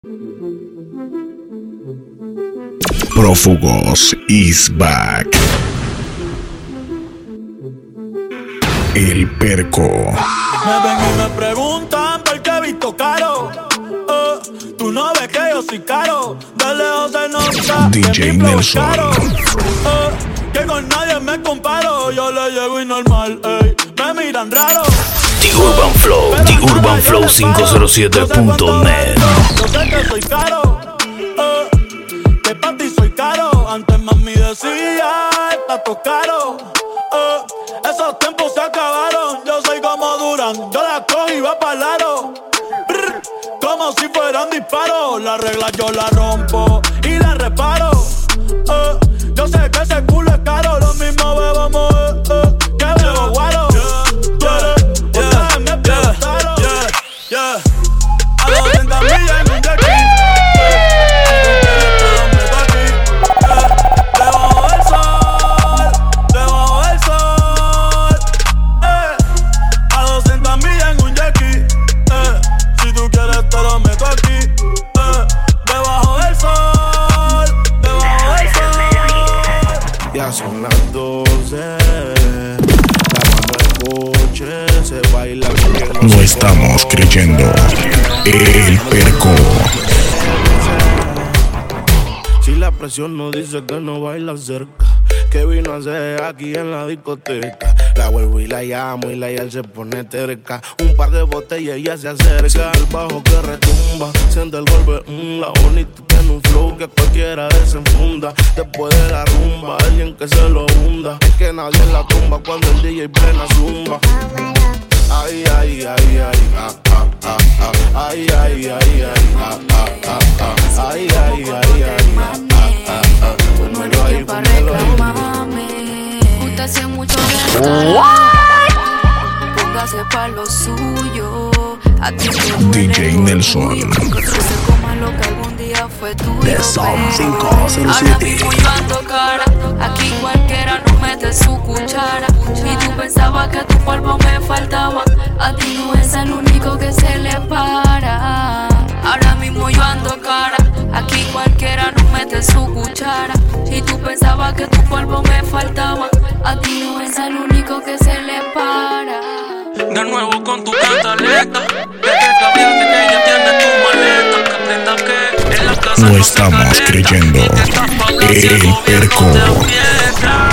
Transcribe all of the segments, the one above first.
Prófugos is back. El Perco. Me ven y me preguntan por qué he visto caro. Tú no ves que yo soy caro. De lejos se nota DJ que mi flow es Nelson. caro. Que con nadie me comparo. Yo le llego y normal, ey. Me miran raro. The Urban Flow, The Urban Flow 507.net. Yo sé que soy caro. Que pa' ti soy caro. Antes mami decía, está todo caro. Esos tiempos se acabaron. Yo soy como Durán. Yo la cojo y va pa'l aro. Brr, como si fueran disparos. La regla yo la rompo y la reparo. Yo sé que ese culo es caro. Lo mismo bebamos que bebo guaro. Ustedes me preguntaron. A 200 millas en un jet ski. Debajo del sol, debajo del sol. A 200 millas en un jet ski. Si tú quieres te lo meto aquí. Debajo del sol, debajo del sol. Ya son las 12. Lavando el coche, se baila bien. No estamos creyendo. El Perco. Si la presión no dice que no baila cerca, ¿qué vino a hacer aquí en la discoteca? La vuelvo y la llamo y la yal se pone terca. Un par de botellas y ella se acerca. El bajo que retumba, siente el golpe, la bonita tiene un flow que cualquiera desenfunda. Después de la rumba, alguien que se lo hunda. Es que nadie la tumba cuando el DJ plena zumba. Ay, ay, ay, ay, ah, ah, ah, ah. Ay, ay, ay, ay, ah, ah, ah, ah. Ay, ay, ay, ay, ah, ah, ah. Pónmelo ahí, pónmelo ahí. Usted hace mucho de póngase pa' lo suyo. A ti te DJ Nelson. que tú se coma lo que algún día fue tuyo. The Sound Ahora 507. mismo yo ando cara. Aquí cualquiera no mete su cuchara. Y tú pensabas que tu polvo me faltaba. A ti no es el único que se le para. Ahora mismo yo ando cara. Aquí cualquiera no mete su cuchara. Si tú pensabas que tu polvo me faltaba, a ti no es el único que se le para. De nuevo con tu cantaleta. De que cambiaste que ya tienes tu maleta. Que aprendas que en la casa No se estamos caleta. creyendo. Y te estás pagando si El gobierno Perco. te aprieta.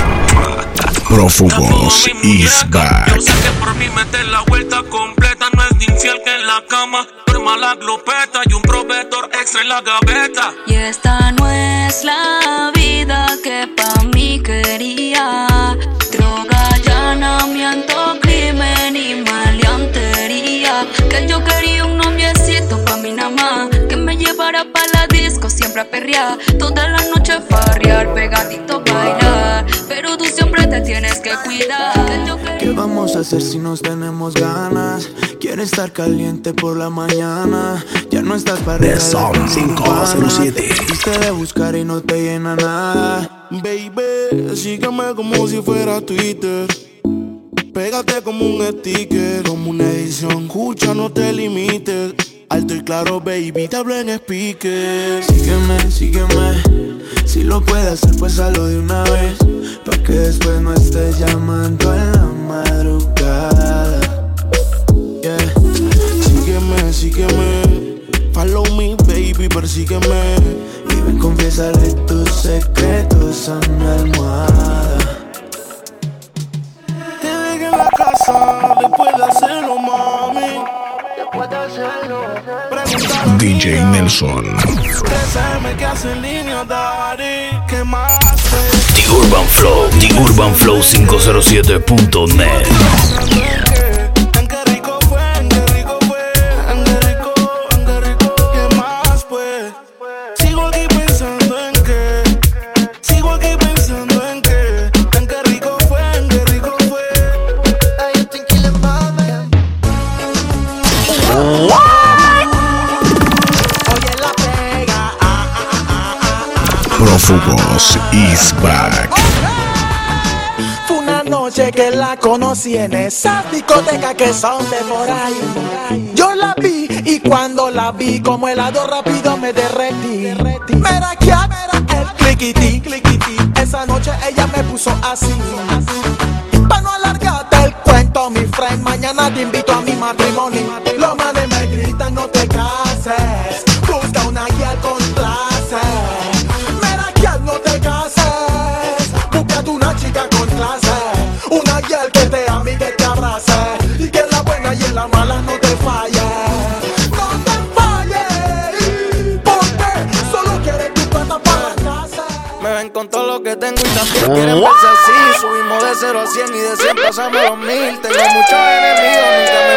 Prófugos is back. Yo sé que por mí meter la vuelta completa no es de infiel que en la cama duerma la glopeta y un proveedor extra en la gaveta. Y esta no es la vida que pa' mí quería. Droga, allanamiento, crimen y maleantería. Que yo quería un noviecito pa' mí nada más, que me llevara pa' la disco siempre a perrear. Toda la noche farrear, pegadito bailar. Pero tú siempre te tienes que cuidar. ¿Qué vamos a hacer si nos tenemos ganas? Quiero estar caliente por la mañana. Ya no estás para The Sound 507. Viste de buscar y no te llena nada. Baby, sígueme como si fuera Twitter. Pégate como un sticker, como una edición. Escucha, no te limites. Alto y claro, baby, te hablo en speaker. Sígueme, sígueme. Si lo puedes hacer, pues hazlo de una vez. Pa' que después no estés llamando en la madrugada. Yeah. Sígueme, sígueme. Follow me, baby, persígueme. Y ven, confiésale tus secretos a mi almohada. Te dejé en la casa, después de hacerlo, mami. DJ Nelson. 3M que hace en línea, daddy. ¿Qué más? The Urban Flow, The Urban Flow 507.net. En qué rico fue, en qué rico fue. En qué rico, ¿qué más, pues? Sigo aquí pensando en qué. Sigo aquí pensando en qué. En qué rico fue, en qué rico fue. Prófugos is back. Fue una noche que la conocí en esa discoteca que son de por ahí. Yo la vi y Cuando la vi como helado rápido me derretí. Mira que el cliquití. Esa noche ella me puso así. Pa' no alargarte el cuento, mi friend, mañana te invito a mi matrimonio. Los manes me gritan no te cases, busca una guía con clase. Mira que no te cases, búscate una chica con clase. Una guía que te ame y que te abrace, y que en la buena y en la mala no te falle. No te falle, porque solo quieres tu plata para casa. Me ven con todo lo que tengo y también quieren verse así. Subimos de 0 a 100 y de 100 pasamos los 1000. Tengo muchos enemigos,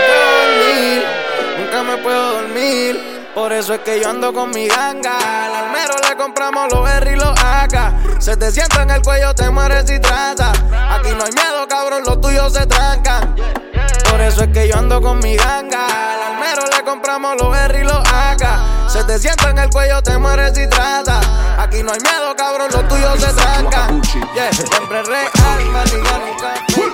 nunca me puedo dormir. Por eso es que yo ando con mi ganga. Al almero le compramos los R y los AK. Se te sienta en el cuello, te mueres si tratas. Aquí no hay miedo, cabrón, los tuyos se trancan. Por eso es que yo ando con mi ganga. Al almero le compramos los R y los AK. Se te sienta en el cuello, te mueres si tratas. Aquí no hay miedo, cabrón, los tuyos se trancan. Yeah, siempre real, maniga nunca.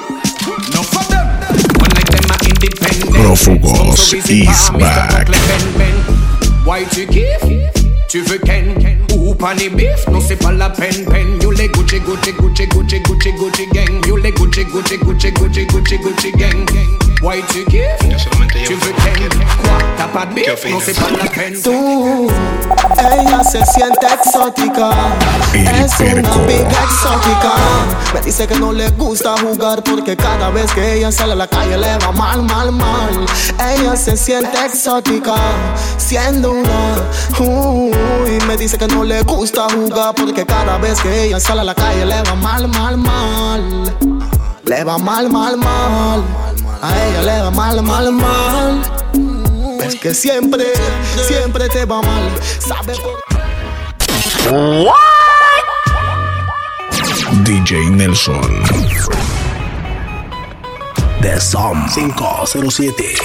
Prófugos is back. Why tu kiffes? Tu veux ken? Ou pas les bifs? Non c'est pas la peine. You les Gucci gang. You les Gucci gang. Why tu kiffes? Tu veux ken? Quoi? T'as pas de bif? Non c'est pas la peine. Tú, ella se siente exótica. Es una big exótica. Me dice que no le gusta jugar porque cada vez que ella sale a la calle le va mal. Ella se siente exótica, siendo una. Y me dice que no le gusta jugar porque cada vez que ella sale a la calle le va mal. Le va mal. A ella le va mal. Es que siempre te va mal. ¿Sabe por qué? DJ Nelson. The Som 507.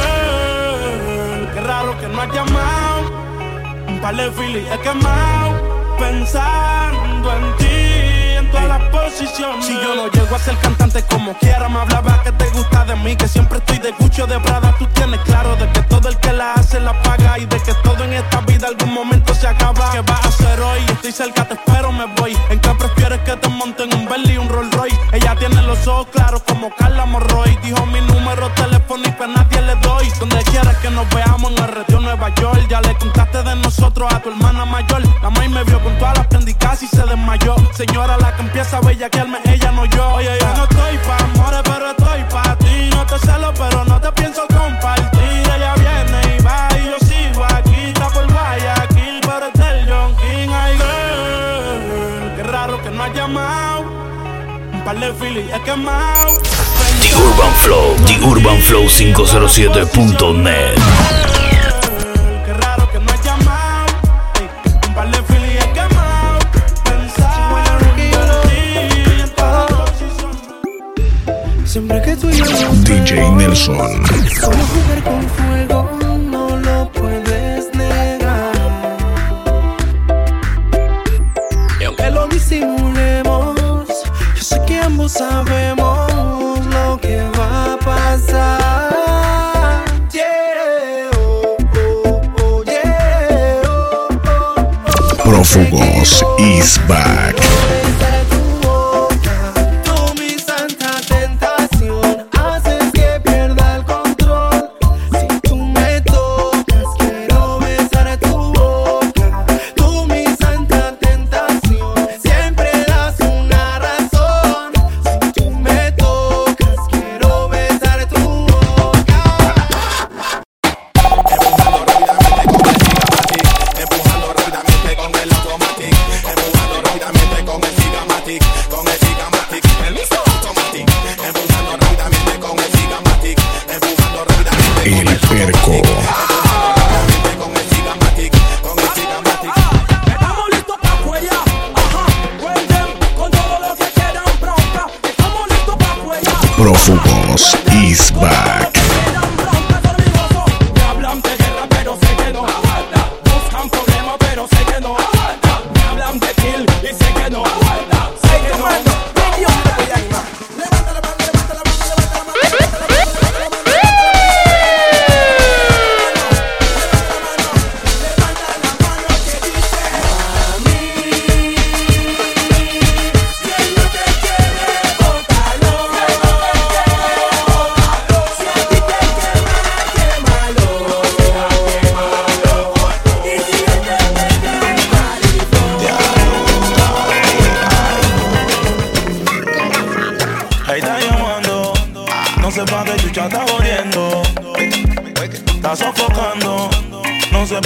Qué raro que no has llamado. Un par de filis he quemado, pensando en ti, en todas las posiciones. Si yo no llego a ser cantante como quiera, me hablaba que te gusta de mí, que siempre estoy de Gucci o de Prada. Tú tienes claro de que todo el que la hace la paga, y de que todo en esta vida algún momento se acaba. ¿Qué vas a hacer hoy? Estoy cerca, te espero, me voy. ¿En qué prefieres que te monten un Bentley y un Rolls Royce? Ella tiene los ojos claros como Carla Morroy. Dijo mi número telefónico a nadie le doy. Donde quieras que nos veamos en el retiro Nueva York. Ya le contaste de nosotros a tu hermana mayor. La maíz me vio con todas las prendicas y se desmayó. Señora, la que empieza a bellaquearme, ella no yo. Oye, yo no estoy pa' amores, pero estoy pa' ti. No te celo, pero no te pienso compartir. Ella viene y va y yo sigo aquí. Está por Guayaquil, pero es del John King. Ay, girl, qué raro que no has llamado. Un par de filis he quemado. The Urban Flow 507.net. Qué raro que no has llamado. Un par de filis he quemado. Pensar en ti en todas las posiciones. Siempre que tú y yo DJ Nelson. solo jugar con fuego, no lo puedes negar. Y aunque lo disimulemos, yo sé que ambos sabemos lo que va a pasar. Yeah, yeah, Prófugos is back. El Perco. Prófugos is back. Me hablan de guerra, pero sé que no aguanta. Buscan problemas, pero sé que no aguanta. Me hablan de kill y sé que no aguanta. Sé que no aguanta.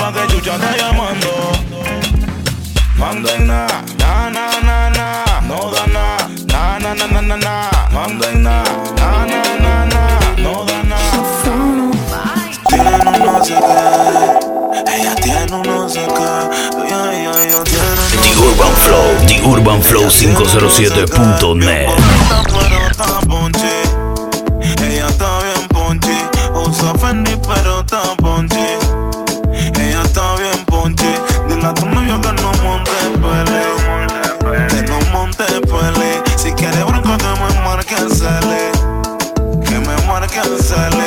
pa' que chucha esté llamando. Manda en na, na, na, na, na. No da na, na, na, na, na, na, na. Manda en na, na, na, na, na. No da na. Tiene un no sé qué. Ella tiene un no sé qué. The Urban Flow 507.net. Ella está bien ponchi. Usa Fendi pero está ponchi. Ella está bien ponchi. Dile a tu novio que no monte pele. Que no monte pele. Si quiere bronco que me marque el cele. Que me marque el cele.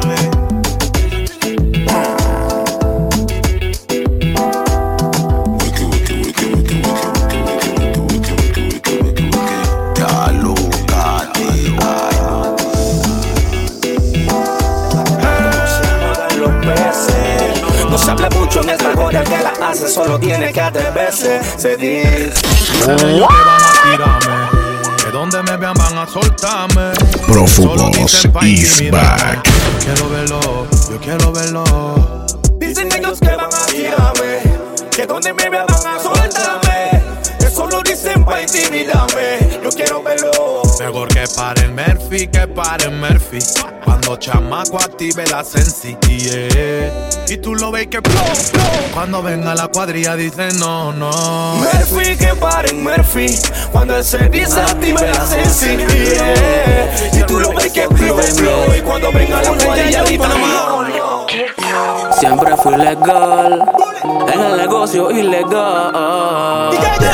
No se habla mucho en esta joda, el que la hace solo tiene que atreverse. Se dice que van a tirarme, que donde me vean van a soltarme. Prófugos is back. Yo quiero verlo. Dicen ellos que van a tirarme, que donde me vean van a soltarme. Eso lo dicen pa' intimidarme. Yo quiero verlo. Mejor que paren Murphy, que paren Murphy. Cuando chamaco active la sensi, yeah. Y tú lo ves que blow. Cuando venga la cuadrilla dice no, no. Murphy, que paren Murphy. Cuando él se dice active la sensi, yeah. Y tú lo ves que blow. Y cuando venga la cuadrilla dice no. Siempre fui legal en el negocio ilegal.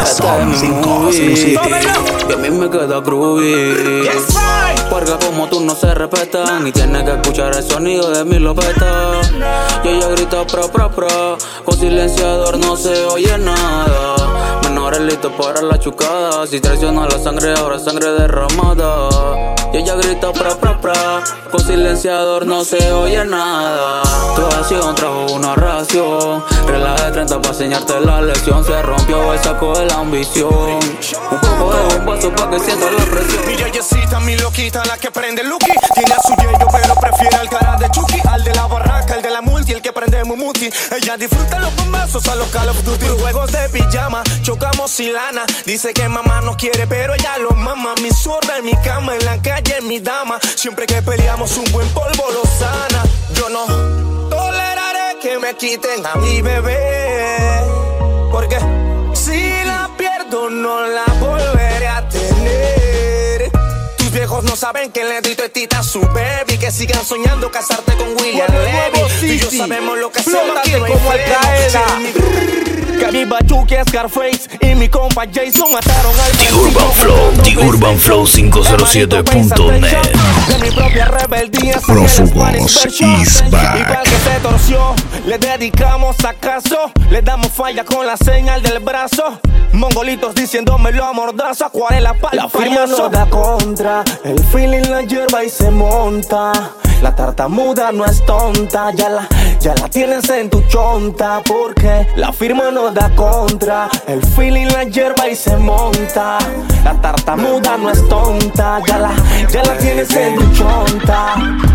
Y a mí me queda groovy. Porque como tú no se respetan y tienes que escuchar el sonido de mi lopeta. Y ella grita pro. Con silenciador no se oye nada. Menores listos para la chucada. Si traiciona la sangre, ahora sangre derramada. Y ella grita pro. Con silenciador no se oye nada. Tu acción trajo una ración. Regla de 30 para enseñarte la lección. Se rompió el saco de la ambición. Un poco de bombazo pa' que sientas la presión. Mi yeyecita, mi loquita, la que prende Lucky. Tiene a su yello pero prefiere al cara de Chucky. Al de la barraca, el de la multi, el que prende Mumuti. Ella disfruta los bombazos a los Call of Duty. Juegos de pijama, chocamos sin lana. Dice que mamá no quiere pero ella lo mama. Mi zurda en mi cama, en la calle mi dama. Siempre que peleamos un buen polvo lo sana. Yo no toleraré que me quiten a mi bebé. Porque si la pierdo no la volveré a tener. Tus viejos no saben que le dito tita a su baby. Que sigan soñando casarte con William Levy. Y yo sabemos lo que hacemos como Al Qaeda. Que mi Bachuki, Scarface y mi compa Jason mataron al The Urban Flow 507.net. De mi propia rebeldía Prófugos is back. Y para el que se torció, le dedicamos acaso. Le damos falla con la señal del brazo. Mongolitos diciéndomelo a mordazo. Acuarela para la firma no da contra. El feeling la hierba y se monta. La tartamuda no es tonta. Ya la tienes en tu chonta. Porque la firma no da contra. El feeling la hierba y se monta. La tartamuda no es tonta. Ya la tienes en tu chonta.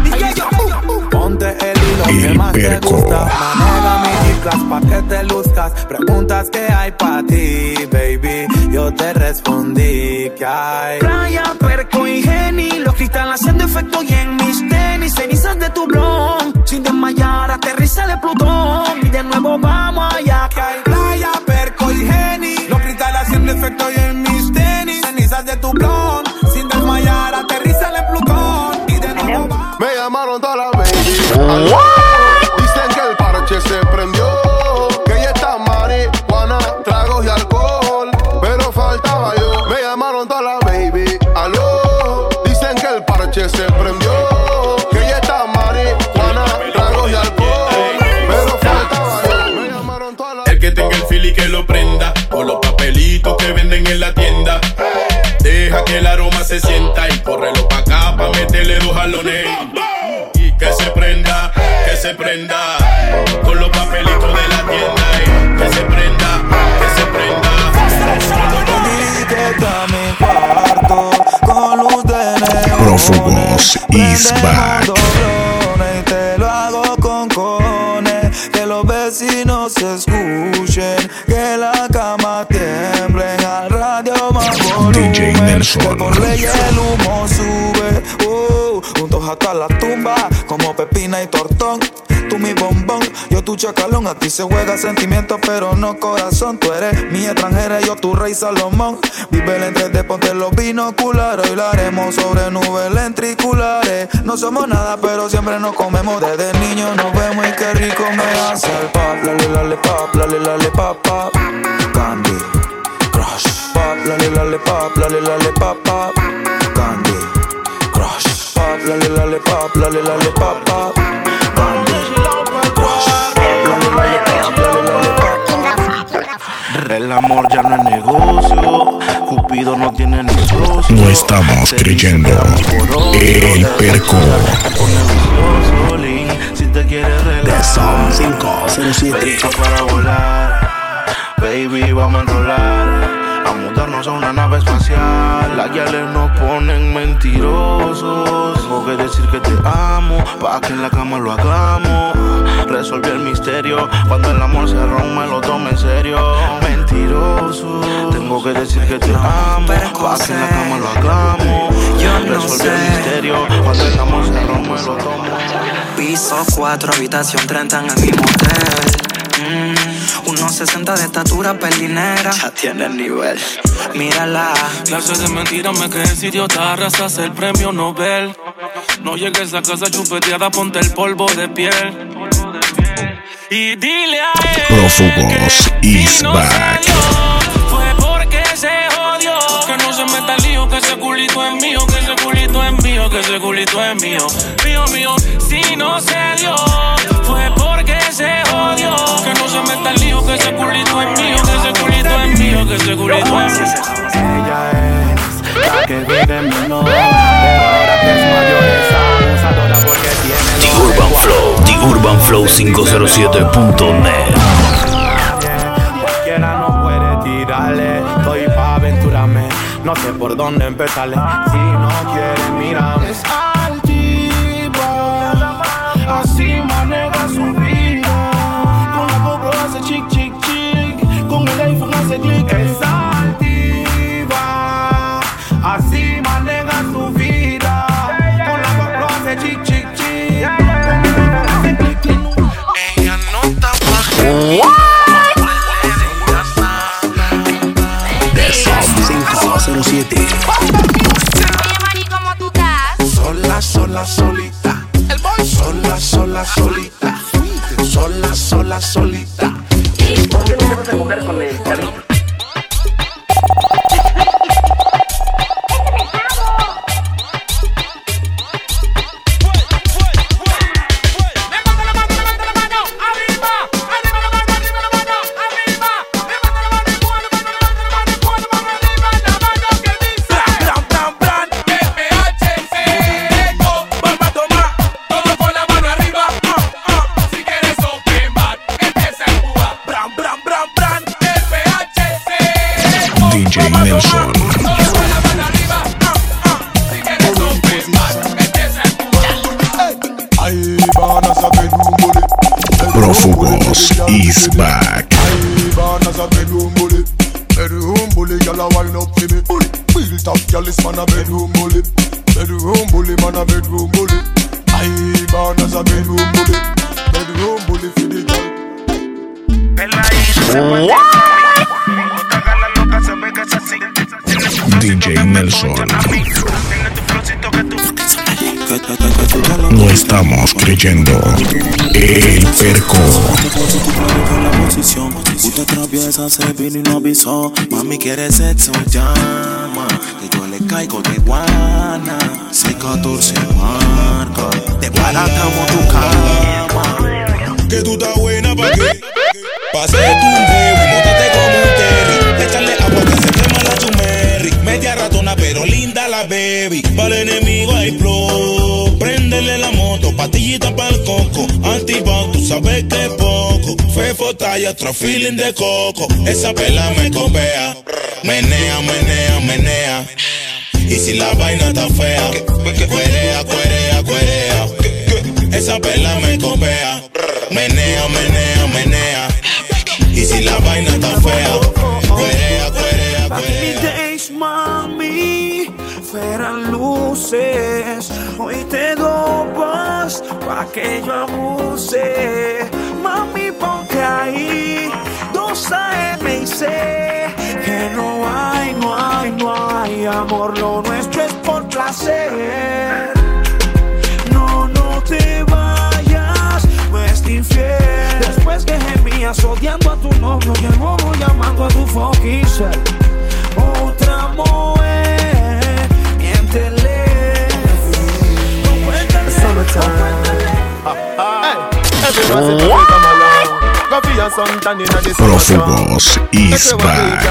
Ponte el hilo que más te gusta. Maneja mi G-Class pa' que te luzcas. Preguntas que hay pa' ti, baby. Yo te respondí que hay. Playa, Perco y Geni. Los cristales haciendo efecto y en mis tenis. Cenizas de tu blon. Sin desmayar, aterriza de Plutón. Y de nuevo vamos allá. Que hay playa, Perco y Geni. Los cristales haciendo efecto y en mis tenis. Cenizas de tu blon. Sin desmayar, aterriza de Plutón. Y de nuevo vamos. Me llamaron toda la baby. Dicen que el parche se prendió. Que ella está marihuana, tragos y alcohol. Pero faltaba yo. Me llamaron toda la baby. Aló. Dicen que el parche se prendió. Que ella está marihuana, tragos y alcohol. Pero faltaba yo. Me llamaron toda la. El que tenga el fili que lo prenda. O los papelitos que venden en la tienda. Deja que el aroma se sienta. Y córrelo pa' acá pa' meterle 2 jalones. Que se prenda, con los papelitos de la tienda. Que se prenda, mi cuarto con luz de neón. Prófugos is back. Y te lo hago con cojones. Que los vecinos no se escuchen, que la cama tiemble, al radio más volumen, DJ Nelson. que por ley el humo sube, juntos hasta la tumba, como Pepina y Tortón. Tú mi bombón, yo tu chacalón. Aquí se juega sentimientos pero no corazón. Tú eres mi extranjera y yo tu rey Salomón. Vive el entre de ponte los binoculares. Hoy la haremos sobre nubes lentriculares. No somos nada pero siempre nos comemos. Desde niños nos vemos y qué rico me hace el pop. Lale pop, lale pop. Candy Crush. Pop, lale pop, lale pop. Candy Crush. Pop, lale pop, lale pop. El amor ya no es negocio, Cupido no tiene ni socio. No estamos creyendo. El Perco. Si te quieres relajar, 507 para volar. Baby, vamos a enrolar, a mudarnos a una nave espacial. Las guiales nos ponen mentirosos. Tengo que decir que te amo, pa' que en la cama lo hagamos. Resolví el misterio, cuando el amor se rompe lo tomo en serio. Mentiroso, tengo que decir que te amo, pa' que en la cama lo hagamos. Resolví el misterio, cuando el amor se rompe lo tomo. Piso 4, habitación 30 en el mismo hotel. 1.60 de estatura, pelinera. Ya tiene el nivel, mírala. Clase de mentiras, me crees idiota, arrasas el premio Nobel. No llegues a casa chupeteada, ponte el polvo de piel. Y dile a él Prófugos is back. Fue porque se jodió. Que no se meta el lío, que ese culito es mío, que ese culito es mío, que ese culito es mío. Mío, si no se dio, fue porque se jodió. Que no se meta el lío, que ese culito es mío, que ese culito es mío, que ese culito es mío. Ella es la que vive en mi nombre, pero ahora que es mayor es abusadora porque tiene The Urban Flow 507.net. Cualquiera no puede tirarle, estoy pa' aventurarme, no sé por dónde empezarle. Si no quiere mirarme, es altiva, así maneja su vida. Con la GoPro hace chic, con el iPhone hace click. Es altiva, así maneja su vida. Con la GoPro hace chic. Ella no está fácil. The Sound 507. Oye, Mari, ¿cómo tú estás? Sola, solita. El boy. Sola, solita. Sola, solita. ¿Por qué no te vas a coger con el chavito? DJ Nelson. Prófugos is back. Bedroom bully, y'all a wine up to me. Real top, y'all is man a bedroom bully. Bedroom bully, man a bedroom bully. I born as a bedroom bully. Bedroom bully for the girl. DJ Nelson. No estamos creyendo. El Perco. Usted atraviesa, se vino y no avisó. Mami quiere sexo, llama. Que yo le caigo de guana. 614 marca. Te baratamos tu cama. Que tú estás buena pa' qué. Pase tu baby, mótate como un terry. Échale agua que se quema la chumerri. Media ratona pero linda la baby. Para el enemigo hay flow. Préndele la moto, patillita pa'l coco. Antibao, tú sabes que es poco. Fefo talla, otro feeling de coco. Esa pela me copea. Menea, menea, menea. Y si la vaina está fea, cuerea, cuerea, cuerea. Esa pela me copea. Menea, menea, menea. pa' que yo abuse. Mami, ponte ahí, 2 AM y sé que no hay amor, lo nuestro es por placer. No te vayas, no es infiel. Después que gemías odiando a tu novio y el bobo llamando a tu fucking ser. Otra mujer, miéntele. No cuéntale. Prófugos is back.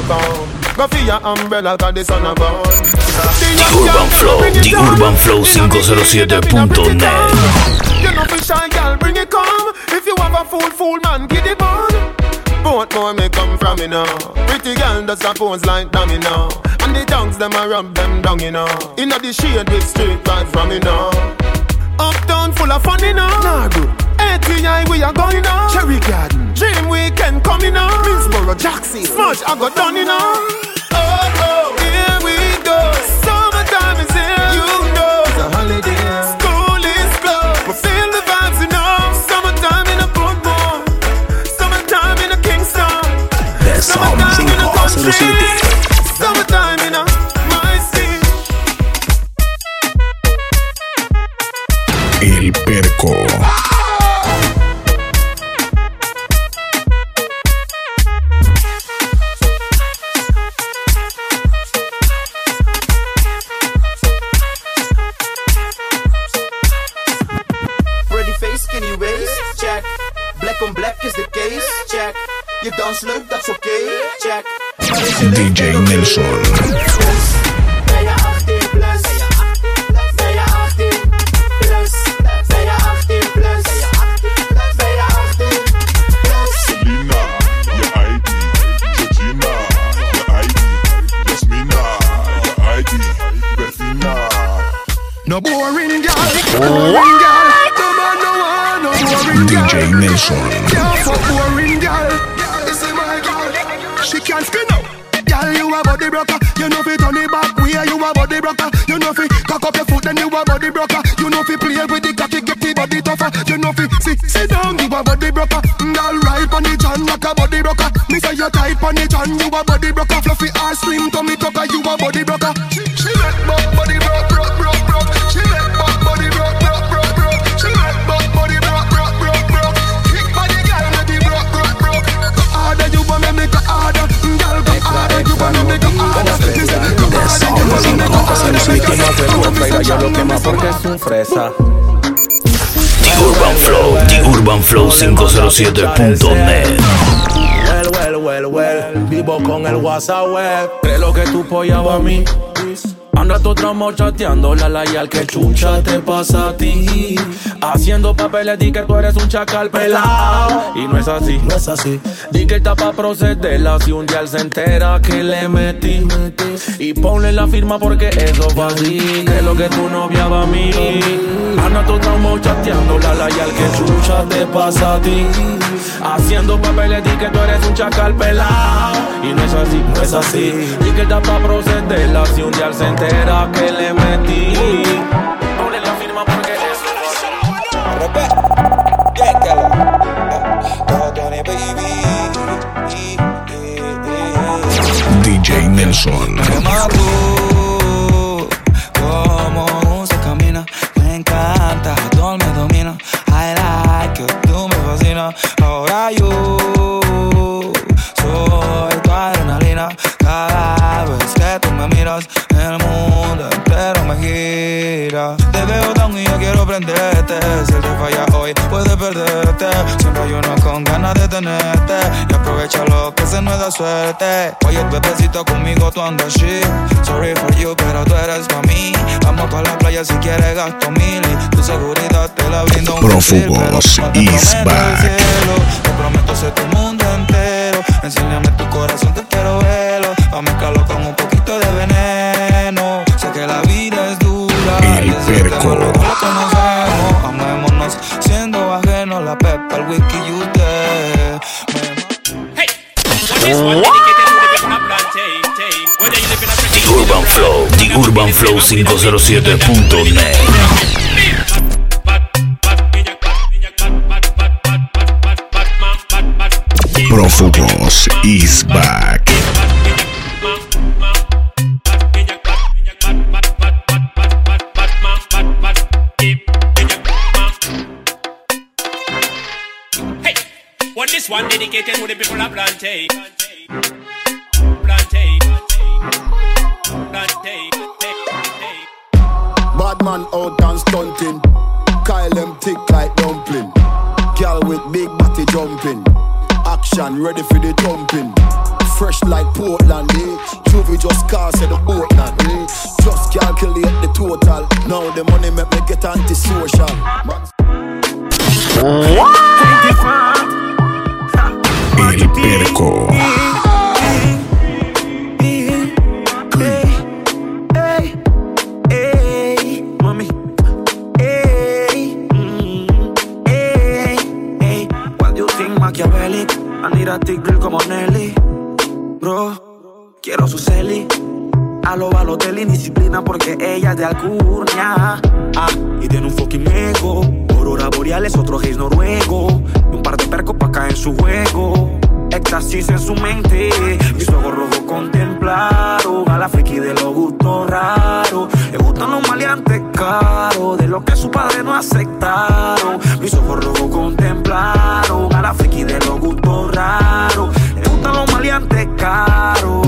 The Urban Flow 507.net. You know fi shy girl, bring it come. If you have a fool man, get it on. Both more me come from me now. Pretty girl does a pose like dummy now. And the tongues them a rub them down, you know. Inna the shade with straight right from me now. Uptown full of fun, you know. Nah, good. ATI we are going now. Cherry Garden, Dream Weekend coming now. Middlesboro, Jackson, Smudge I got done, you know. Oh, here we go. Summertime is here, you know. It's a holiday. School is closed, but feel the vibes, you know. Summertime in a Portmore, summertime in a Kingston, summertime in a country, summertime in a my city. El Perco. Skinny waist, check. Black on black is the case, check. Je dans leuk, dat is oké, check. DJ Nelson. Ben je 18 plus? Ben je 18 plus? Ben je 18 plus? Ben je 18 plus? Selena, je ID. Georgina, je ID. Jasmina, je ID. Bertina. No boring girl, boring girl. DJ Nelson. Yeah, fuck boring girl. This is my girl. She can't spin out. Girl, you a body broker. You know fi turn it back where you a body broker. You know fi cock up your foot then you a body broker. You know fi play with the cocky get the body tougher. You know fi sit down you a body broker. Girl ride pon the john like a body broker. Me say you tight pon the john you a body broker. Fluffy ass slim tummy tucker you a body broker. She make body broke. She make body broke. She make body broke. The Urban Flow 507.net. Well, vivo con el WhatsApp web. Creo lo que tú pollabas a mí. Anda tu tramo chateando la layal que chucha te pasa a ti. Haciendo papeles di que tú eres un chacal pelado. Y no es así, no es así. Di que está pa' procederla si un día él se entera que le metí. Y ponle la firma porque eso fue así. Que lo que tu novia va a mí. Anda tu tramo chateando la layal que chucha te pasa a ti. Haciendo papeles di que tú eres un chacal pelado. Y no es así, no es así. Di que está pa' procederla si un día él se entera que le metí. Ponle la firma porque eso DJ Nelson. Como se camina, me encanta, todo me domina. I like you, tú me fascinas. Ahora yo soy tu adrenalina. Cada vez que tú me miras, el mundo entero me gira. Te veo down y yo quiero prenderte. Si él te falla hoy, puedes perderte. Siempre hay uno con ganas de tenerte. Y aprovecha lo que se nos da suerte. Oye, bebecito, conmigo tú andas shit. Sorry for you, pero tú eres pa' mí. Vamos pa' la playa si quieres gasto 1000. Y tu seguridad te la brindo un Prófugos is back. Te prometo ser tu mundo entero. Enséñame tu corazón, te quiero verlo. Pa' mezclarlo con un poquito de veneno. Sé que la vida es dura. El Perco. Amémonos siendo ajenos. La pepa, el whisky y usted. The Urban Flow 507.net. Prófugos is back. Hey, well, this one dedicated to the people of Plantain. Bad man out and stunting. Kyle them thick like dumpling. Girl with big body jumping. Action ready for the thumping. Fresh like Portland, eh? Juvie just cast at the Portland, eh? Just calculate the total. Now the money make me get antisocial. El Perco. Machiavelli, Anira Tigre como Nelly. Bro, quiero su celi. A lo Balotelli, disciplina porque ella es de alcurnia. Y tiene un fucking ego. Aurora boreales, otro gays noruego. Y un par de percos pa' caer en su juego. Éxtasis en su mente. Mis ojos rojos contemplaron a la friki de los gustos raros. Le gustan los maleantes caros, de lo que su padre no aceptaron. Mis ojos rojos contemplaron a la friki de los gustos raros. Le gustan los maleantes caros.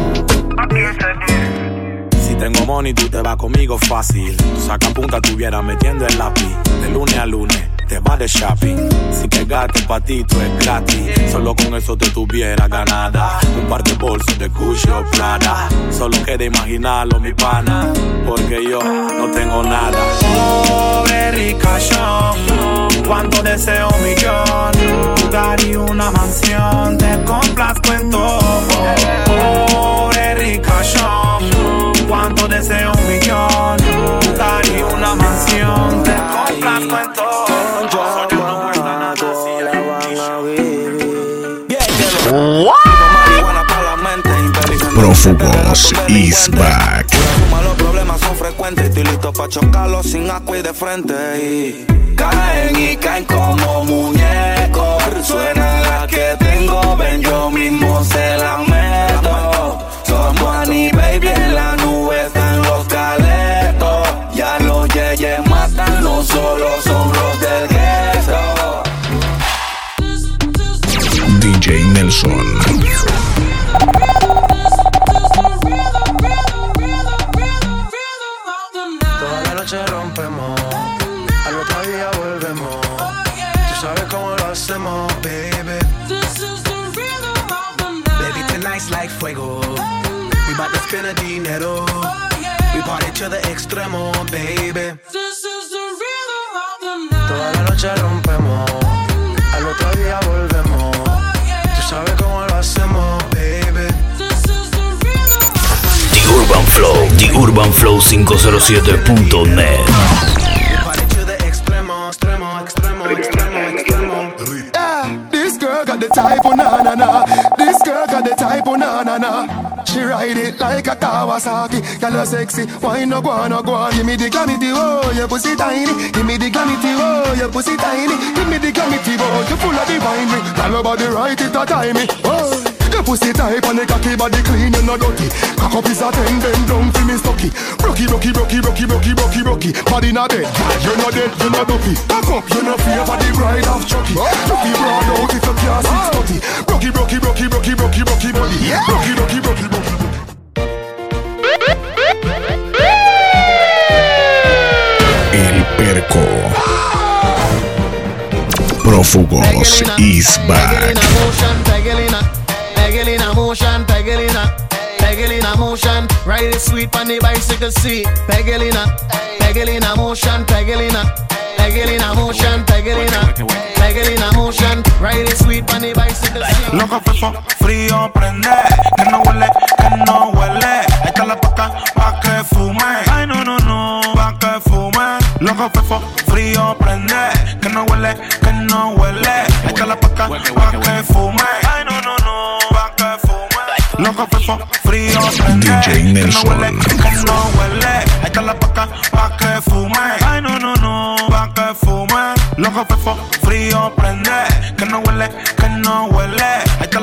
Si tengo money, tú te vas conmigo fácil. Saca punta, tuviera metiendo el lápiz. De lunes a lunes, te vas de shopping. Sin que gaste pa' ti, tú es gratis. Solo con eso te tuviera ganada. Un par de bolsos de Gucci o Prada. Solo queda imaginarlo, mi pana. Porque yo no tengo nada. Pobre ricachón, cuánto deseo un millón. Jugar y una mansión, te complazco en todo. Pobre ricachón, cuánto deseo un millón. Jugar y una mansión, te complazco en todo. Prófugos is back. Los problemas son frecuentes, estoy listo pa' chocarlos sin asco y de frente. Y caen como muñecos. Suena la que tengo, ven yo mismo se la meto. Somos Annie, baby, en la nube están los caletos. Ya los yeyes matan, no solo son los del gueto. DJ Nelson. Toda la noche rompemos, al otro día volvemos. Tú sabes cómo lo hacemos, baby. Baby, tonight's like fuego. We bout to spend a dinero. We party to the extremo, baby. Toda la noche rompemos, al otro día volvemos. Tú sabes cómo lo hacemos, baby. The Urban Flow 507.net. This girl got the type of na-na-na. This girl got the type of na-na-na. She ride it like a Kawasaki. Girl, you sexy, why no go on, no go on. Give me the glamity, oh, your pussy tiny. Give me the glamity, oh, your pussy tiny. Give me the glamity, oh, you full of divine me. Tell your body right, it a time me, oh. Your pussy tight and the cocky body clean, you no dirty. Cock up is a 10, bend down for me stocky. Rocky, rocky, rocky, rocky, rocky, rocky, rocky. Body not dead, you no dead, you no dopey. Cock up, you no fear for the bride of Chucky. Rocky broad out if you can't 640. Rocky, rocky, rocky, rocky, rocky, rocky body. Rocky, rocky, rocky, rocky. El Perco. Prófugos is back. Pegelina motion, Pegelina motion. Ride it sweet on the bicycle seat. Pegelina motion, Pegelina motion, Pegelina motion. Ride it sweet on the bicycle seat. Loco fefo, frío prende, que no huele, que no huele. Échale pa' acá, pa' que fume. Ay no, no, no, pa' que fume. Loco fefo, frío prende, que no huele, que no huele. Échale pa' acá, pa' que fume. Ay no, no, no, pa' que fume. Loco fefo, frío prende, DJ Nelson. que no huele, que no huele. Échale pa' acá, pa' que fume. Ay no, no, no, pa' que fume. Loco fefo, frío prende, que no huele, que no huele.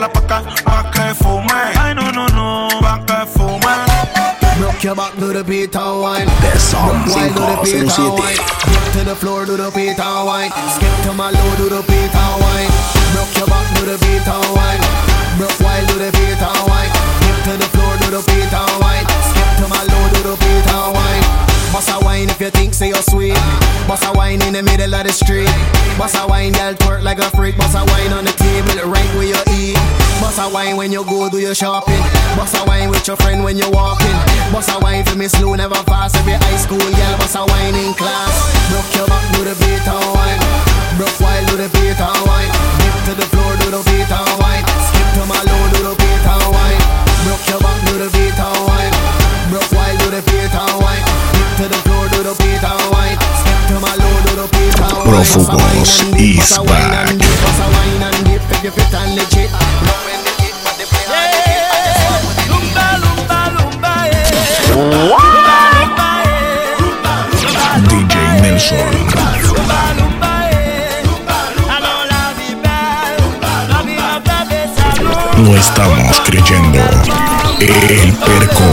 Rock your back, do the beat and wine. The Sound While do the beat and 507. wine. Dip to the floor, do the beat and wine. Skip to my low, do the beat and wine. Rock your back, do the beat and wine. Rock while do the beat and wine. Dip to the floor, do the beat and wine. Skip to my low, do the beat and wine. Boss a wine if you think say you're sweet. Boss a wine in the middle of the street. Boss a wine, girl twerk like a freak. Boss a wine on the table right where you eat. Boss a wine when you go do your shopping. Boss a wine with your friend when you're walking. Boss a wine for me slow, never fast. Every high school girl boss a wine in class. Rock your back, do the beat and wine. Rock while do the beat and wine. Dip to the floor, do the beat and wine. Skip to my low, do the beat and wine. Rock your back, do the beat and wine. Rock while do the beat and wine. Dip to the floor, do the beat and wine. Skip to my low, do the beat and wine. Profugos is back. Boss a wine and dip if you fit and legit. DJ Nelson. Lo estamos creyendo. El Perco.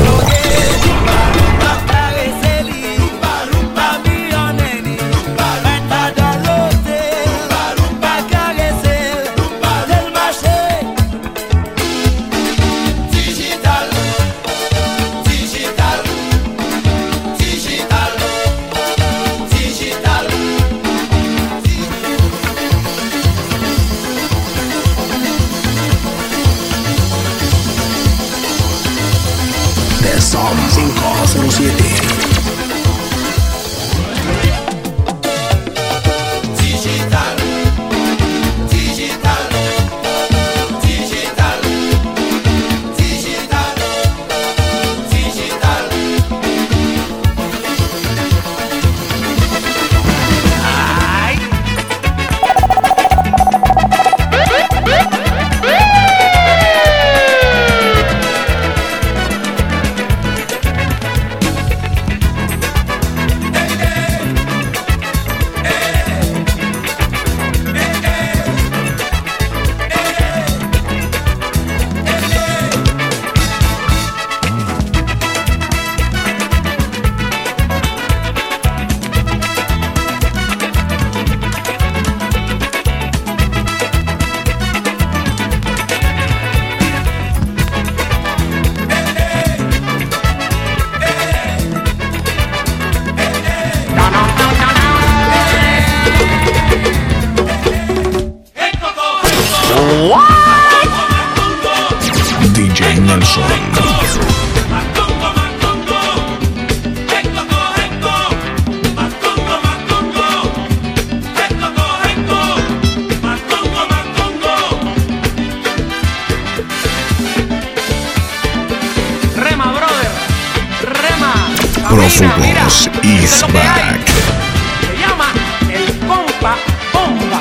The Sound 507. DJ Nelson. Rema, brother. Rema. Profugos is back. Se llama el compa bomba.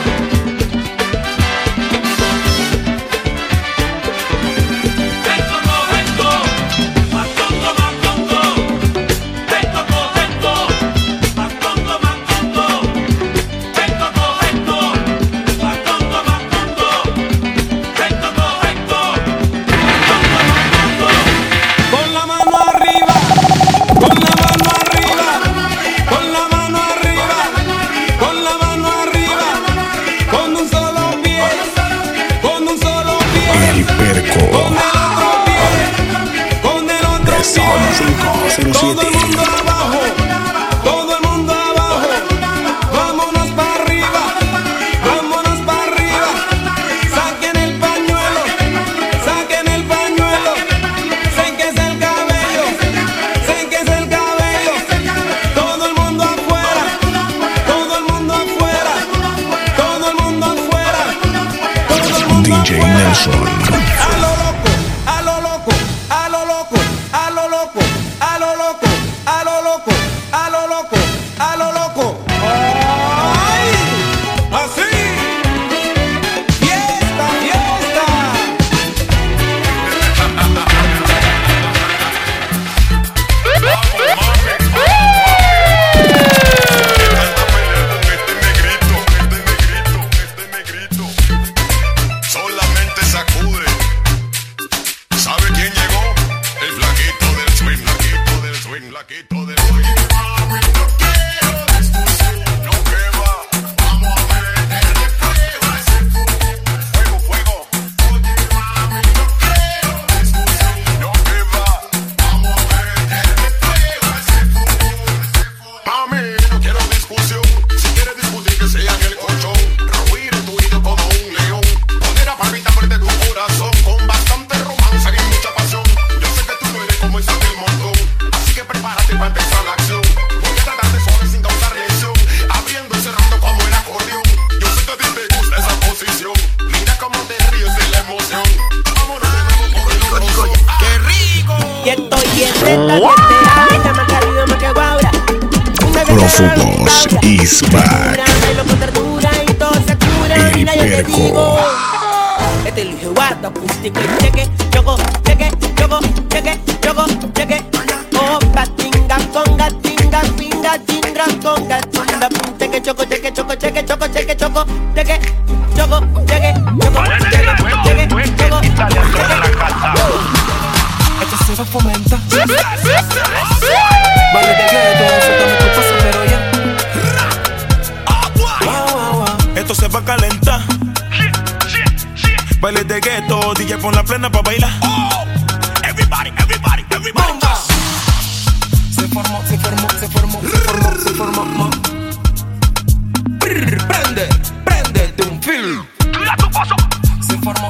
Con la mano arriba, con la mano arriba, con la mano arriba, con la mano arriba, con un solo pie, con un solo pie, El Perco. con el otro pie, con el otro The Sound pie, todo el 507. mundo abajo, todo el mundo abajo, vámonos para arriba, vámonos para arriba, saquen el pañuelo, saquen el pañuelo. Séquese el cabello, séquese el cabello. Todo el mundo afuera, todo el mundo afuera, todo el mundo afuera, todo el mundo DJ Nelson. a lo loco, a lo loco, a lo loco, a lo loco, a lo loco, a lo loco, a lo loco, a lo loco. ¡Ay! Así. Fiesta, fiesta. Solamente sacude. Prófugos is back. El Perco. Este es Luis Eduardo, acústico y cheque, choco, cheque, choco, cheque, choco, cheque. Oh, patinga, conga, tinga, pinga, chingra, conga, chinga, cheque, choco, cheque, choco, cheque, choco, cheque, choco, cheque, choco, cheque, choco, cheque, choco, Esto se fomenta. Vale de gueto, suéltame tu paso, pero ya. Esto se va a calentar. Baile de gueto, DJ pon la plena pa' bailar. Everybody, everybody, everybody. Se formó. Prende un film. Tira tu paso. Se formó.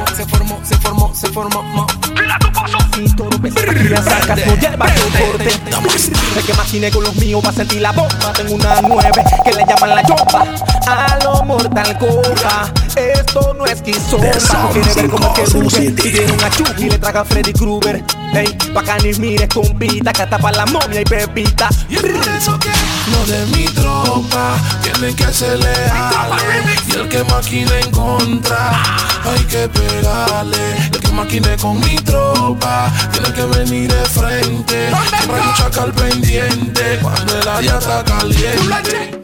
Tira tu paso. Si todo pesa, aquí la sacas, no lleva tu corte. El que maquine con los míos va a sentir la bomba. Tengo una 9 que le llaman la yopa. A lo Mortal Kombat. Esto no es Kizomba. No quiere ver cómo es que ruge. Y tiene una Chucky y le traga a Freddy Krueger. Ey, bacanis mires compita, que hasta para la momia y pepita. Lo de mi tropa tienen que ser leales. Y el que maquine en contra hay que pegarle. El que maquine con mi tropa tiene que venir de frente. Siempre hay un chacal pendiente cuando el área está caliente.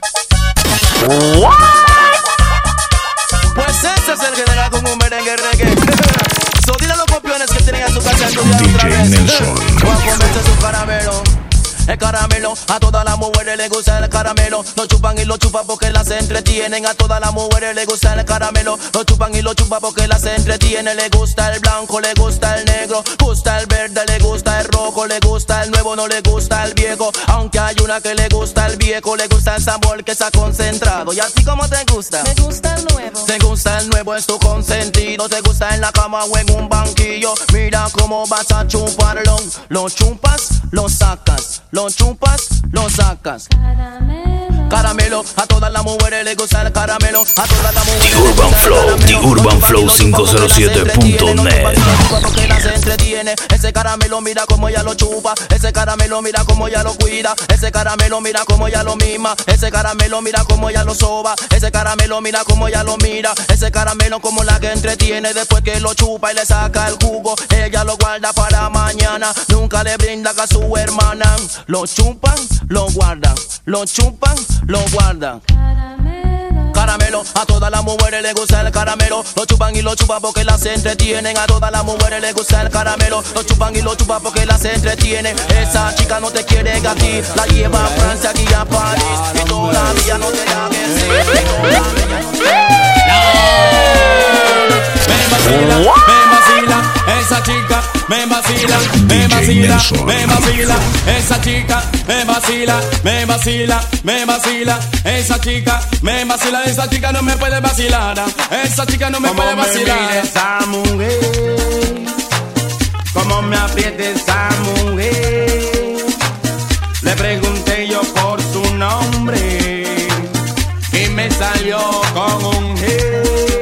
Pues ese es el general con un merengue reggae. So dile a los campeones que tenían su casa estudiando otra vez. Voy a comerse su caramelo. El caramelo, a todas las mujeres les gusta el caramelo. Lo chupan y lo chupan porque las entretienen. A todas las mujeres les gusta el caramelo. Lo chupan y lo chupan porque las entretienen. Le gusta el blanco, le gusta el negro, gusta el verde, le gusta el rojo, le gusta el nuevo, no le gusta el viejo. Aunque hay una que le gusta el viejo, le gusta el sabor que está concentrado. ¿Y a ti cómo te gusta? Me gusta el nuevo. Te gusta el nuevo, es tu consentido. Te gusta en la cama o en un banquillo. Mira cómo vas a chuparlo. Lo chupas, lo sacas. Lo chupas, lo sacas. Caramelo, a todas las mujeres les gusta el caramelo. A todas las mujeres les gusta el caramelo. The Urban Flow 507.net. Porque las entretiene. Ese caramelo mira como ella lo chupa. Ese caramelo mira como ella lo cuida. Ese caramelo mira como ella lo mima. Ese caramelo mira como ella lo soba. Ese caramelo mira como ella lo mira. Ese caramelo como la que entretiene. Después que lo chupa y le saca el jugo, ella lo guarda para mañana. Nunca le brinda a su hermana. Lo chupan, lo guardan. Lo chupan, lo guardan. Caramelo, a todas las mujeres les gusta el caramelo. Lo chupan y lo chupan porque las entretienen. A todas las mujeres les gusta el caramelo. Lo chupan y lo chupan porque las entretienen. Esa chica no te quiere a ti, la lleva a Francia aquí a París. Y todavía no te da que sí. Me vacila, esa chica me vacila, me vacila, me vacila, esa chica me vacila, me vacila, me vacila, esa chica me vacila, esa chica no me puede vacilar, esa chica no me puede vacilar. Como me mira esa mujer, como me aprieta esa mujer, le pregunté yo por su nombre y me salió con un G.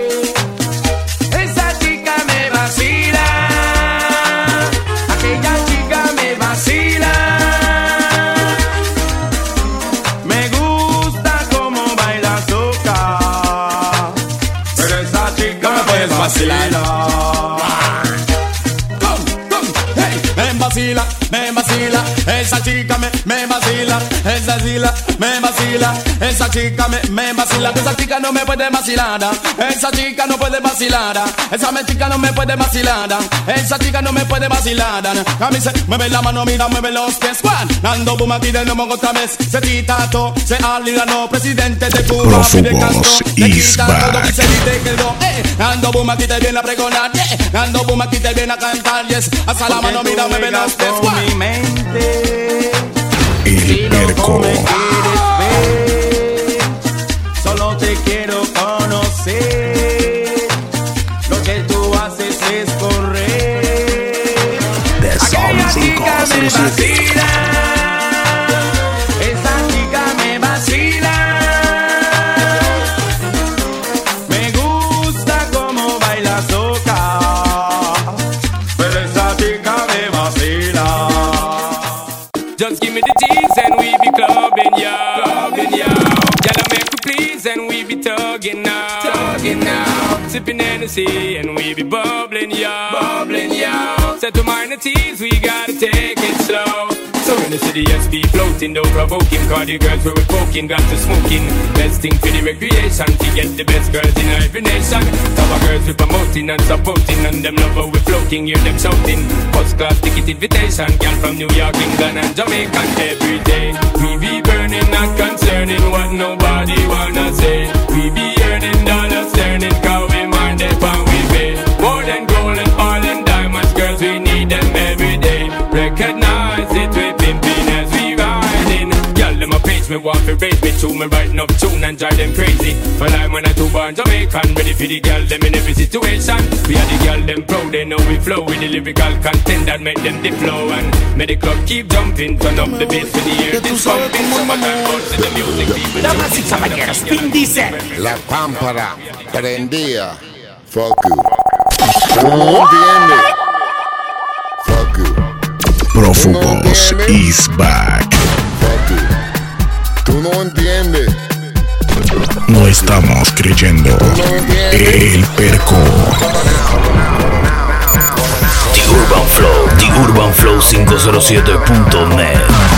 Me vacila, esa chica me vacila, esa chica me vacila, esa chica me vacila, esa chica no me puede vacilar, esa chica no puede vacilar, esa chica no me puede vacilar, esa chica no me puede vacilar. A mí se mueve la mano, mira, mueve los pies, Nando Boom aquí de nuevo otra vez, se titato, se alilano, presidente de Cuba, Fidel Castro, te quita todo y se te quedó, Nando Boom aquí te viene a pregonar, Nando Boom aquí te viene a cantar, yes, hasta la mano, mira, mueve los pies, mi mente. El Perco. Me quieres ver, solo te quiero conocer. Lo que tú haces es correr. Aquella chica me vacila, esa chica me vacila. Me gusta como baila soca, pero esa chica me vacila. me the G's and we be clubbing, yo. Clubbing, yo. Y'all make me please and we be tugging now. Tugging now. Sipping Hennessy and we be bubbling, yo. Bubbling, yo. Set to minor teas, we gotta take it slow. So in the city, SP floating, don't provoking. Cause the girls we were poking, got to smoking. Best thing for the recreation, to get the best girls in every nation. Our girls we promoting and supporting, and them love how we floating, hear them shouting. First class ticket invitation, girl from New York, England and Jamaica. Every day we be burning, not concerning what nobody wanna say. We be earning dollars, turning, cause we mind it when we pay. More than gold and oil and diamonds, girls we need them every day. Recognize it, we pimping as we riding. Y'all them a page me want to raise me to me writing up tune and drive them crazy. Well I'm when I two born Jamaican, ready for the girl them in every situation. We are the girl them proud, they know we flow with the lyrical content that make them dip flow. And make the club keep jumping, turn up the bass for the air. This pumping, summertime goes to the music. Damas y caballeros, Vin Diesel. La pámpara prendía. Fuck you. ¿No entiendes? Fuck you. Prófugos is back. Fuck you. Tú no entiendes. No estamos creyendo. El Perco. The Urban Flow 507.net.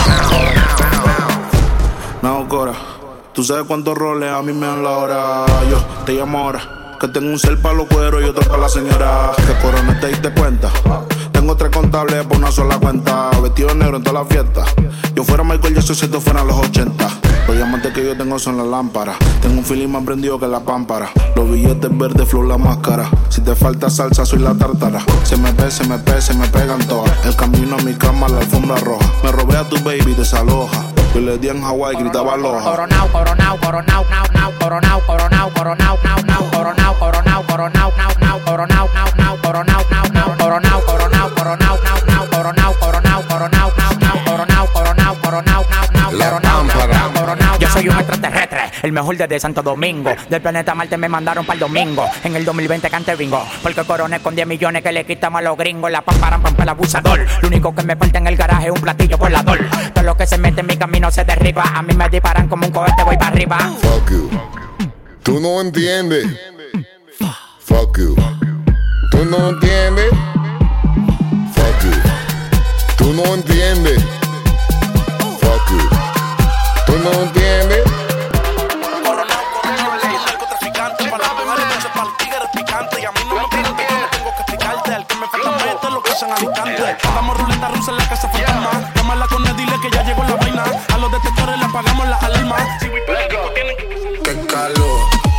No, Cora, tú sabes cuántos roles a mí me dan la hora. Yo te llamo ahora, que tengo un cel para los cueros y otro para la señora. Que Corona te diste cuenta. Tengo 3 contables por una sola cuenta. Vestido negro en toda la fiesta. Yo fuera Michael Jackson si esto fuera los 80. Los diamantes que yo tengo son las lámparas. Tengo un feeling más prendido que la pámpara. Los billetes verdes, flow la máscara. Si te falta salsa, soy la tártara. Se me pegan todas. El camino a mi cama, la alfombra roja. Me robé a tu baby, desaloja. Yo le di en Hawái, gritaba aloha. Coronao, coronao, coronao, nao, nao, coronao, coronao, coronao, nao, nao, coronao, coronao, coronao, nao, nao, coronao, nao, nao, coronao, nao, nao, coronao, coronao, coronao, nao, nao, coronao, coronao, coronao, nao, nao, coronao, coronao, coronao, nao, nao, coronao, coronao. Yo soy un extraterrestre, el mejor desde Santo Domingo. Del planeta Marte me mandaron para el domingo. En el 2020 cante bingo, porque coroné con 10 millones que le quitamos a los gringos. La pamparan el abusador. Lo único que me falta en el garaje es un platillo volador. Todo lo que se mete en mi camino se derriba. A mí me disparan como un cohete, voy para arriba. Fuck you. Tú no entiendes. Fuck you. Tú no entiendes. Fuck you. Tú no entiendes. Fuck you. Tú no entiendes. Coronao, el narcotraficante. Para las mujeres, entonces para el tigre picante. Y a mí no me piden que yo no tengo que explicarte. El que me falta mete lo que usan al instante. Hagamos ruleta rusa en la casa fantasma. Llámala con él, dile que ya llegó la vaina. A los detectores le apagamos las alarmas. Qué calor,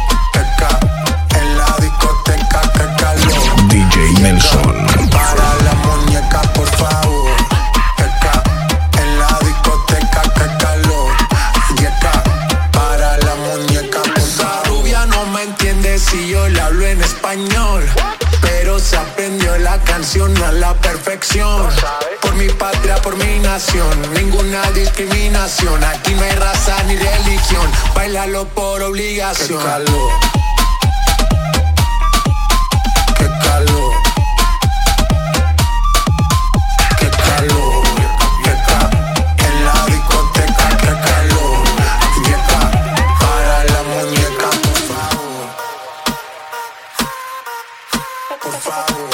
en la discoteca, qué calor. DJ Nelson. Para la muñeca, por favor. En la discoteca, qué calor. Para la muñeca, por favor. Rubia no me entiende si yo le hablo en español, pero se aprendió la canción a la perfección. Por mi patria, por mi nación, ninguna discriminación. Aquí no hay raza ni religión, bailalo por obligación. Qué calor. Qué calor. Qué calor. En la discoteca, qué calor. Para la muñeca, por favor. Por favor.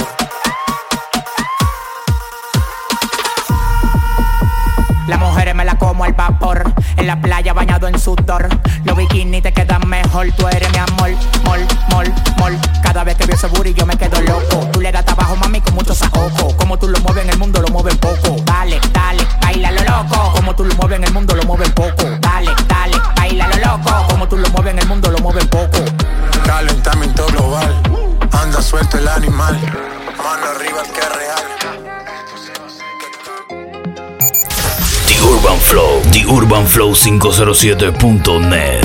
Las mujeres me la como al vapor. En la playa bañado en sudor. Los bikinis te quedan mejor. Tú eres mi amor, mol. Cada vez que veo ese booty yo me quedo loco. Tú le das trabajo, mami, con mucho saoco. Como tú lo mueves en el mundo, lo mueves poco. Dale, baila lo loco. Como tú lo mueves en el mundo, lo mueves poco. Dale, baila lo loco. Como tú lo mueves en el mundo, lo mueves poco. Calentamiento global. Anda suelto el animal. Mano arriba el que es real. The Urban Flow 507.net.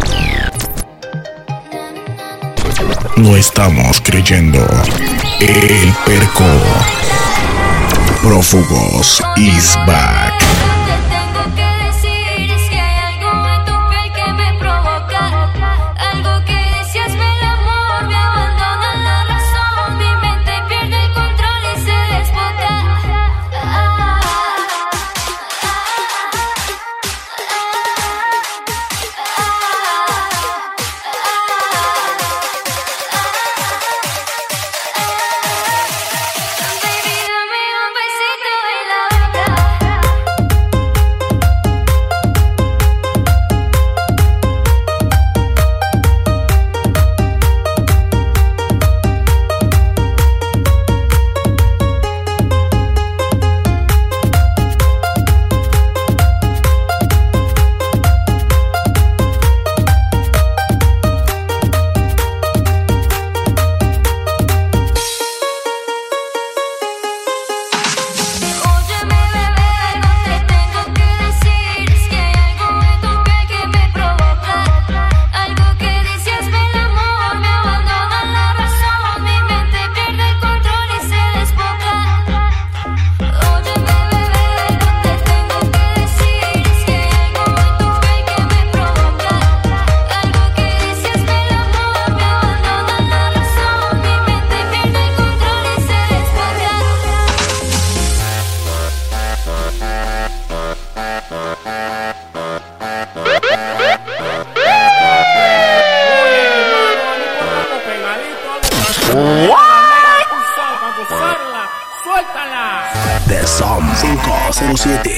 No estamos creyendo. El Perco. Prófugos is back. ¡Suéltala! The Som 507.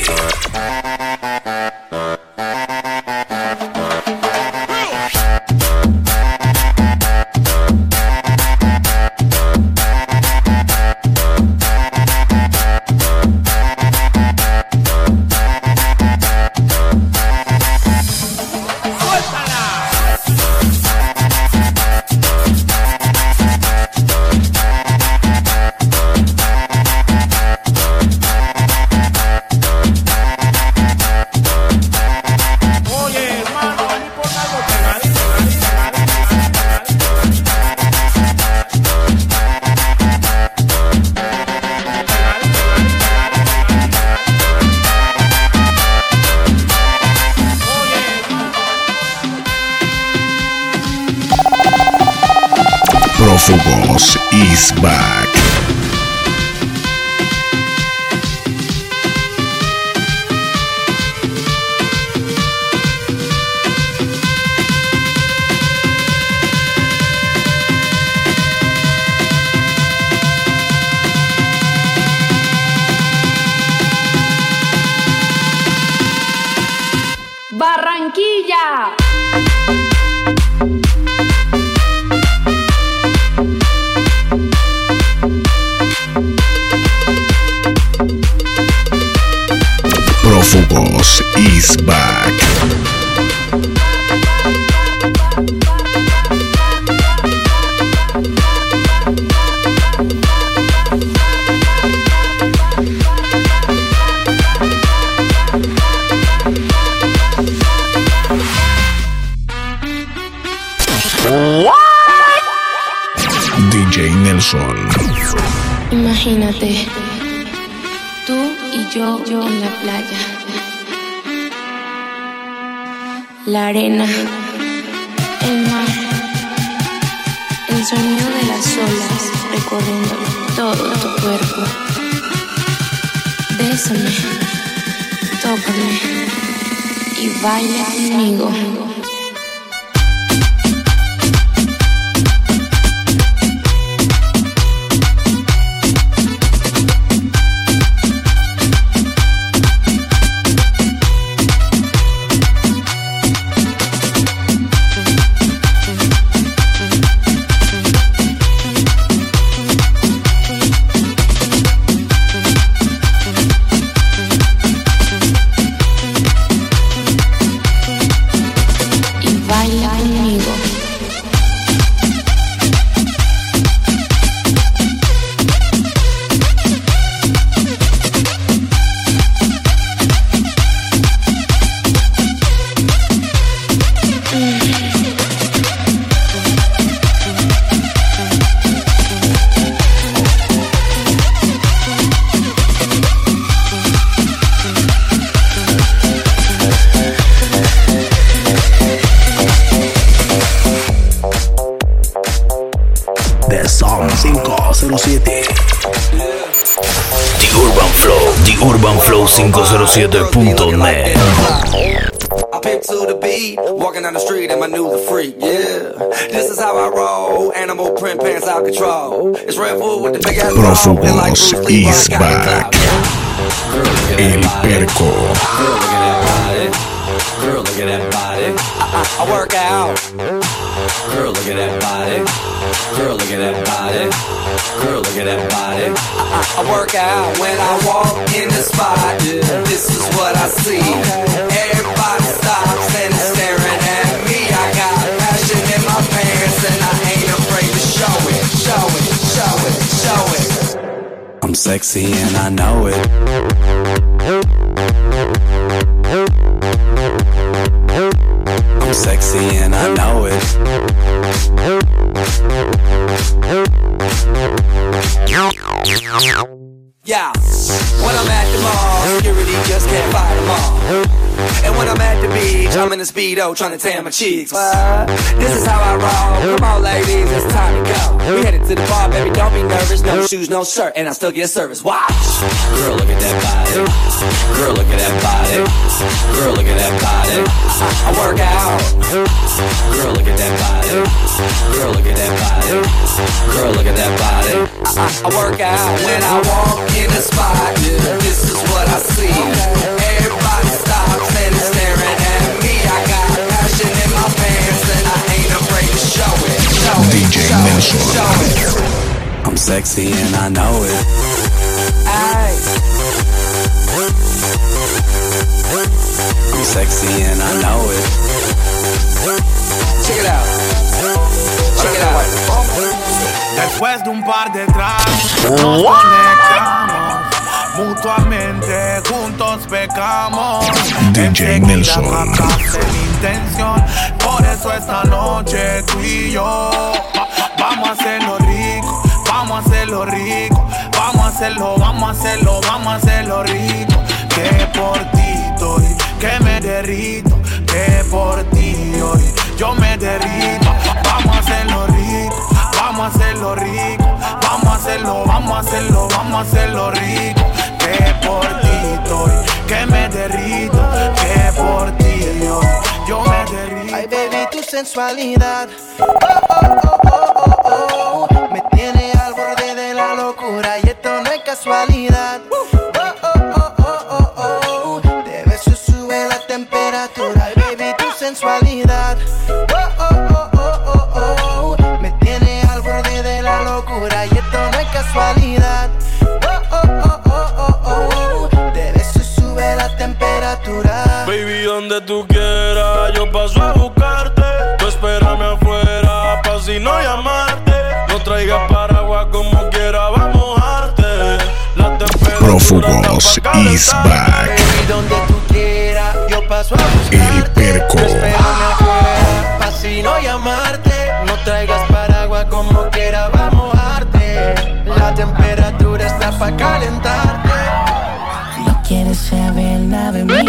Prófugos is back. Barranquilla. Prófugos is back. DJ Nelson. Imagínate, tú y yo en la playa, la arena, el mar, el sonido de las olas recorriendo todo tu cuerpo. Bésame, tócame y baila conmigo. The Som 507. The Urban Flow 507.net. I pimp to the beat, walking down the street and my new the freak, yeah. This is how I roll, animal print pants out control. It's Red Bull with the big ass Prófugos is back. El Perco. Girl, look at that body. I work out. Girl, look at that body. Girl, look at that body. Girl, look at that body. I work out when I walk in the spot. This is what I see. Everybody stops and is staring at me. I got passion in my pants and I ain't afraid to show it. Show it, show it, show it. I'm sexy and I know it. I'm sexy and I know it. Yeah, when I'm at the mall, security just can't fight them all. And when I'm at the beach, I'm in the Speedo trying to tan my cheeks. This is how I roll. Come on, ladies, it's time to go. We headed to the bar, baby, don't be nervous. No shoes, no shirt, and I still get service. Watch. Girl, look at that body. Girl, look at that body. Girl, look at that body. I work out. Girl, look at that body. Girl, look at that body. Girl, look at that body. I work out. When I walk in the spot, this is what I see. Everybody stops and is staring at me. I got passion in my pants and I ain't afraid to show it. DJ Nelson. I'm sexy and I know it. I'm sexy and I know it. Check it out. Check it out. Después de un par de tragos nos conectamos, mutuamente juntos pecamos. DJ Nelson. Intención, por eso esta noche tú y yo vamos a hacerlo rico, vamos a hacerlo rico, vamos a hacerlo, vamos a hacerlo, vamos a hacerlo rico. Que por ti estoy, que me derrito, que por ti hoy yo me derrito. Vamos a hacerlo rico, vamos a hacerlo rico, vamos a hacerlo, vamos a hacerlo, vamos a hacerlo rico. Que por ti estoy, que me derrito, que por ti hoy yo me derrito. Ay, baby, tu sensualidad me tiene al borde de la locura y esto no es casualidad. De beso sube la temperatura. Ay, baby, tu sensualidad me tiene al borde de la locura y esto no es casualidad. De beso sube la temperatura. Baby, donde tú quieras, yo paso a buscarte. Tú espérame afuera, pa' si no llamarte. No traigas paraguas como quiera, vamos a mojarte. La temperatura Prófugos is back. Baby, donde tú quieras, yo paso a buscarte. El Perco. Tú espérame afuera, pa' si no llamarte. No traigas paraguas como quiera, vamos a mojarte. La temperatura está pa' calentarte. No quieres saber nada de mí.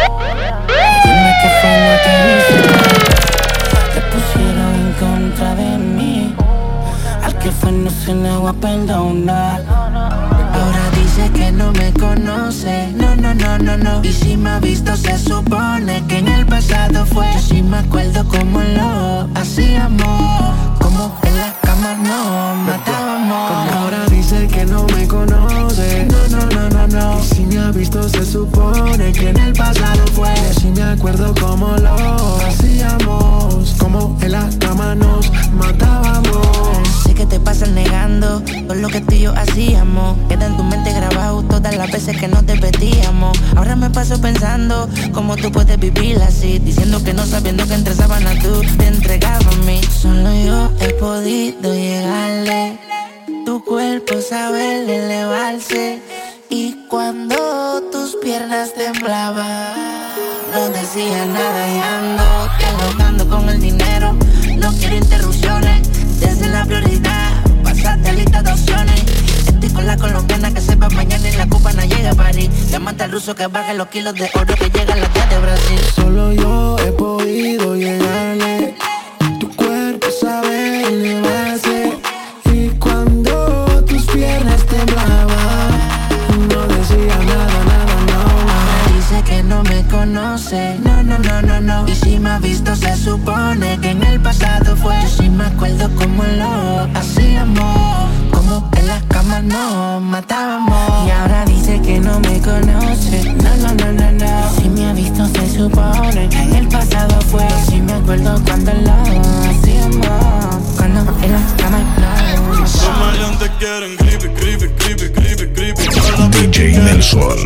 Dime qué fue lo que hice. Te pusieron en contra de mí. Al que fue no se le va a perdonar. Ahora dice que no me conoce. No, no, no, no, no. Y si me ha visto se supone que en el pasado fue. Yo sí me acuerdo cómo lo hacíamos. Como en la cama nos matábamos. Ahora dice que no me conoce. No, no, no, no, no. Y si me ha visto se supone que en el pasado fue. Yo sí me acuerdo cómo lo hacíamos. Como en la cama nos matábamos. Sé que te pasas negando todo lo que tú y yo hacíamos. Queda en tu mente grabado todas las veces que nos desvestíamos. Ahora me paso pensando cómo tú puedes vivir así, diciendo que no, sabiendo que entre sábanas tú te entregabas a mí. Solo yo he podido llegarle. Tu cuerpo sabe elevarse. Y cuando tus piernas temblaban, no decía nada y ando jugando con el dinero. No quiero interrupciones. Desde la prioridad, pasaste a lista de opciones. Estoy con la colombiana que sepa mañana y la cubana llega a París. Llámate al ruso que baje los kilos de oro que llegan las días de Brasil. Solo yo he podido llegarle. Tu cuerpo sabe elevarse. Y cuando tus piernas temblaban, no decía nada, nada, no. Dice que no me conoce. No, no, no, no, no. Y si me ha visto se supone que en el pasado fue. Yo sí me acuerdo cómo lo hacíamos. Como en las camas nos matábamos. Y ahora dice que no me conoce. No, no, no, no, no. Si me ha visto se supone que en el pasado fue. Yo sí me acuerdo cuando lo hacíamos. Cuando en las camas nos. Los maleantes quieren creepy, creepy, creepy, creepy, creepy. DJ Nelson.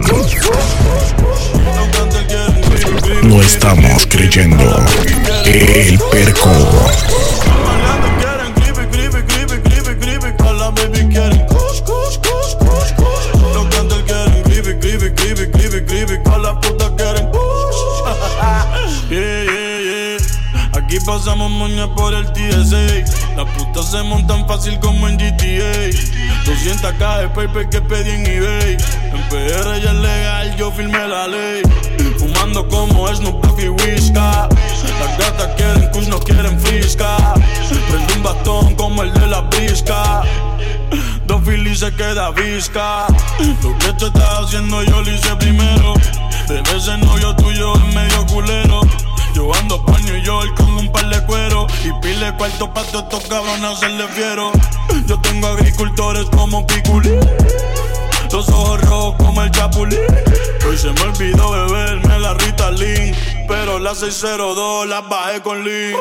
Lo estamos creyendo. El Perco. Aquí pasamos moña por el TSA. Las putas hacemos tan fácil como en GTA. 200k de paper que pedí en eBay. En PR ya es legal, yo firmé la ley. Fumando como Snoop Dogg y Whisca. Las gatas quieren kush, no quieren frisca. Prende un bastón como el de la brisca. Dos Philly se queda visca. Lo que tú estás haciendo yo lo hice primero. De ese novio tuyo es medio culero. Yo ando por New York con un par de cuero y pile cuarto pa' todos estos cabrones hacerle fiero. Yo tengo agricultores como Piculín, los ojos rojos como el Chapulín. Hoy se me olvidó beberme la Ritalin, pero la 602 la bajé con Lean.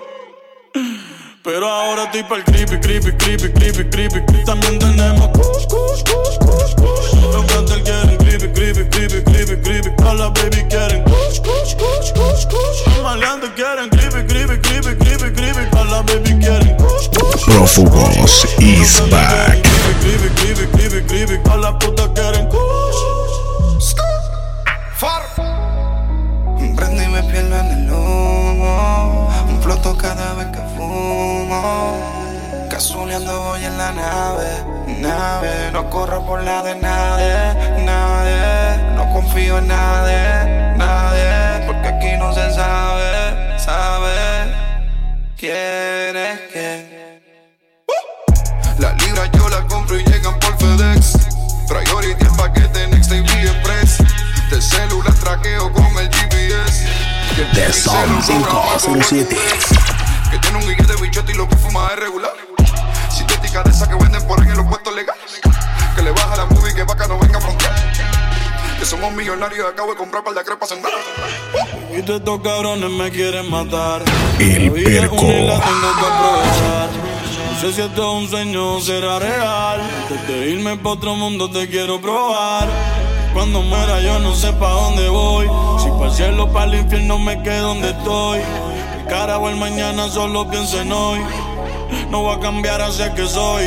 Pero ahora estoy pa'l creepy. También tenemos kush. Los cantantes quieren creepy. Todas las baby quieren kush. Los maleantes quieren creepy. Todas las baby quieren kush. Prófugos is back. Creepy. Todas las putas quieren kush. Prendo y me pierdo en el humo. Un floto cada vez que fumo. Cazuleando voy en la nave. No corro por la de nadie. No confío en nadie. Porque aquí no se sabe quién es quién. La libra yo la compro y llegan por FedEx. Priority el paquete Next Day Express. De celular traqueo con el GPS. The Sound 507. Que tiene un guille de bichote y lo que fuma es regular. Sintética de esa que venden por ahí en los puestos legales. Que le baja la movie que vaca no venga a frontear. Que somos millonarios y acabo de comprar par de crepas en nada. Y estos cabrones me quieren matar. El Perco. La tengo que aprovechar. No sé si esto es un sueño o será real. Antes de irme pa' otro mundo te quiero probar. Cuando muera yo no sé pa' dónde voy. Si pa' el cielo, pa' el infierno me quedo donde estoy. El cara o el mañana solo pienso en hoy. No voy a cambiar hacia que soy,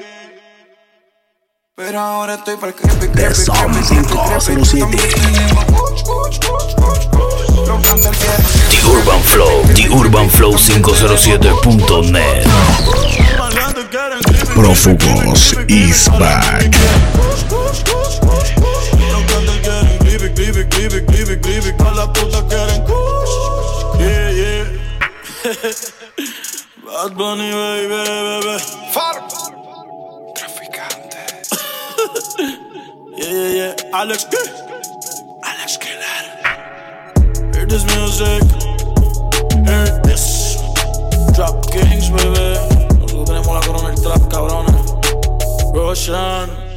Pero ahora estoy pa'l creepy. The Sound 507. The Urban Flow 507.net. Prófugos is back. Creepy. Todas las putas quieren kush. Yeah. Bad Bunny, baby. Traficante. Yeah. Alex Killer. Hear this music. Hear this. Trap Kings, baby. Nosotros tenemos la corona del trap, cabrona. Roshan.